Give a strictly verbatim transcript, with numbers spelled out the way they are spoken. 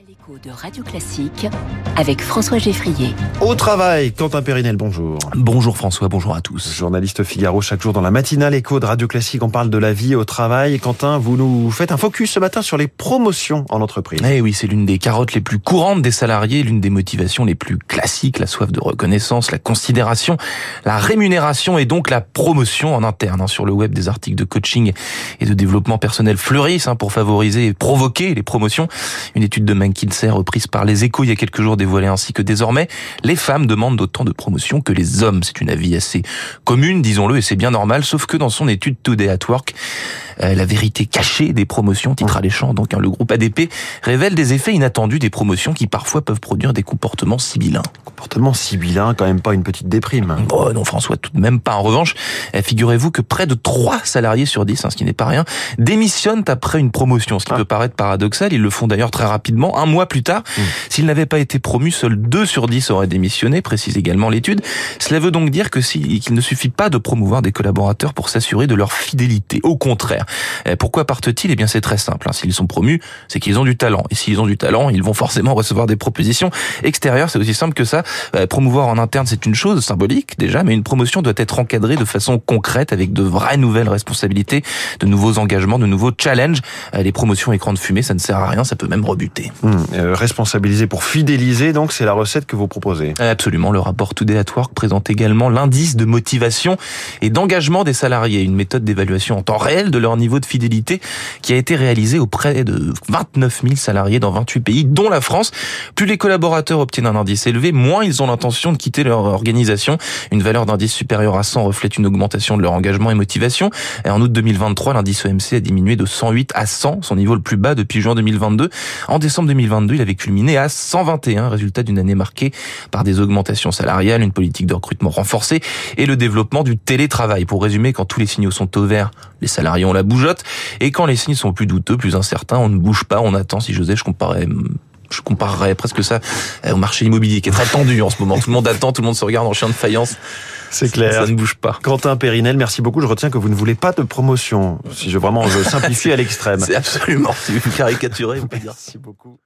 L'écho de Radio Classique avec François Geffrier. Au travail, Quentin Périnel, bonjour. Bonjour François, bonjour à tous. Journaliste Figaro, chaque jour dans la matinale Écho de Radio Classique, on parle de la vie au travail. Quentin, vous nous faites un focus ce matin sur les promotions en entreprise. Eh oui, c'est l'une des carottes les plus courantes des salariés, l'une des motivations les plus classiques, la soif de reconnaissance, la considération, la rémunération et donc la promotion en interne. Sur le web, des articles de coaching et de développement personnel fleurissent pour favoriser et provoquer les promotions. Une étude de McKinsey reprise par Les Échos il y a quelques jours dévoilait ainsi que désormais, les femmes demandent autant de promotions que les hommes. C'est une avis assez commune, disons-le, et c'est bien normal, sauf que dans son étude Today at Work, euh, la vérité cachée des promotions, titre alléchant, donc hein, le groupe A D P révèle des effets inattendus des promotions qui parfois peuvent produire des comportements sibyllins. Comportement sibyllin, quand même pas une petite déprime. Bon, non François, tout de même pas. En revanche, figurez-vous que près de trois salariés sur dix, hein, ce qui n'est pas rien, démissionnent après une promotion, ce qui ah. peut paraître paradoxal. Ils le font d'ailleurs très rapidement. Un mois plus tard, mmh. s'ils n'avaient pas été promus, seuls deux sur dix auraient démissionné, précise également l'étude. Cela veut donc dire que si, qu'il ne suffit pas de promouvoir des collaborateurs pour s'assurer de leur fidélité. Au contraire. Pourquoi partent-ils ? Eh bien, c'est très simple. S'ils sont promus, c'est qu'ils ont du talent. Et s'ils ont du talent, ils vont forcément recevoir des propositions extérieures. C'est aussi simple que ça. Promouvoir en interne, c'est une chose symbolique déjà, mais une promotion doit être encadrée de façon concrète avec de vraies nouvelles responsabilités, de nouveaux engagements, de nouveaux challenges. Les promotions écran de fumée, ça ne sert à rien, ça peut même rebuter. Mmh, euh, responsabiliser pour fidéliser, donc c'est la recette que vous proposez. Absolument. Le rapport Today at Work présente également l'indice de motivation et d'engagement des salariés, une méthode d'évaluation en temps réel de leur niveau de fidélité qui a été réalisée auprès de vingt-neuf mille salariés dans vingt-huit pays, dont la France. Plus les collaborateurs obtiennent un indice élevé, moins ils ont l'intention de quitter leur organisation. Une valeur d'indice supérieure à cent reflète une augmentation de leur engagement et motivation. Et en août deux mille vingt-trois, l'indice E M C a diminué de cent huit à cent, son niveau le plus bas depuis juin deux mille vingt-deux. En décembre deux mille vingt-deux, il avait culminé à cent vingt et un, résultat d'une année marquée par des augmentations salariales, une politique de recrutement renforcée et le développement du télétravail. Pour résumer, quand tous les signaux sont au vert, les salariés ont la bougeotte, et quand les signes sont plus douteux, plus incertains, on ne bouge pas, on attend. Si j'osais, je comparais... Je comparerais presque ça au marché immobilier qui est très tendu en ce moment. Tout le monde attend, tout le monde se regarde en chien de faïence. C'est clair. Ça ne bouge pas. Quentin Périnel, merci beaucoup. Je retiens que vous ne voulez pas de promotion. Si je vraiment je simplifie à l'extrême. C'est absolument. Si vous caricaturez, on peut dire. Merci beaucoup.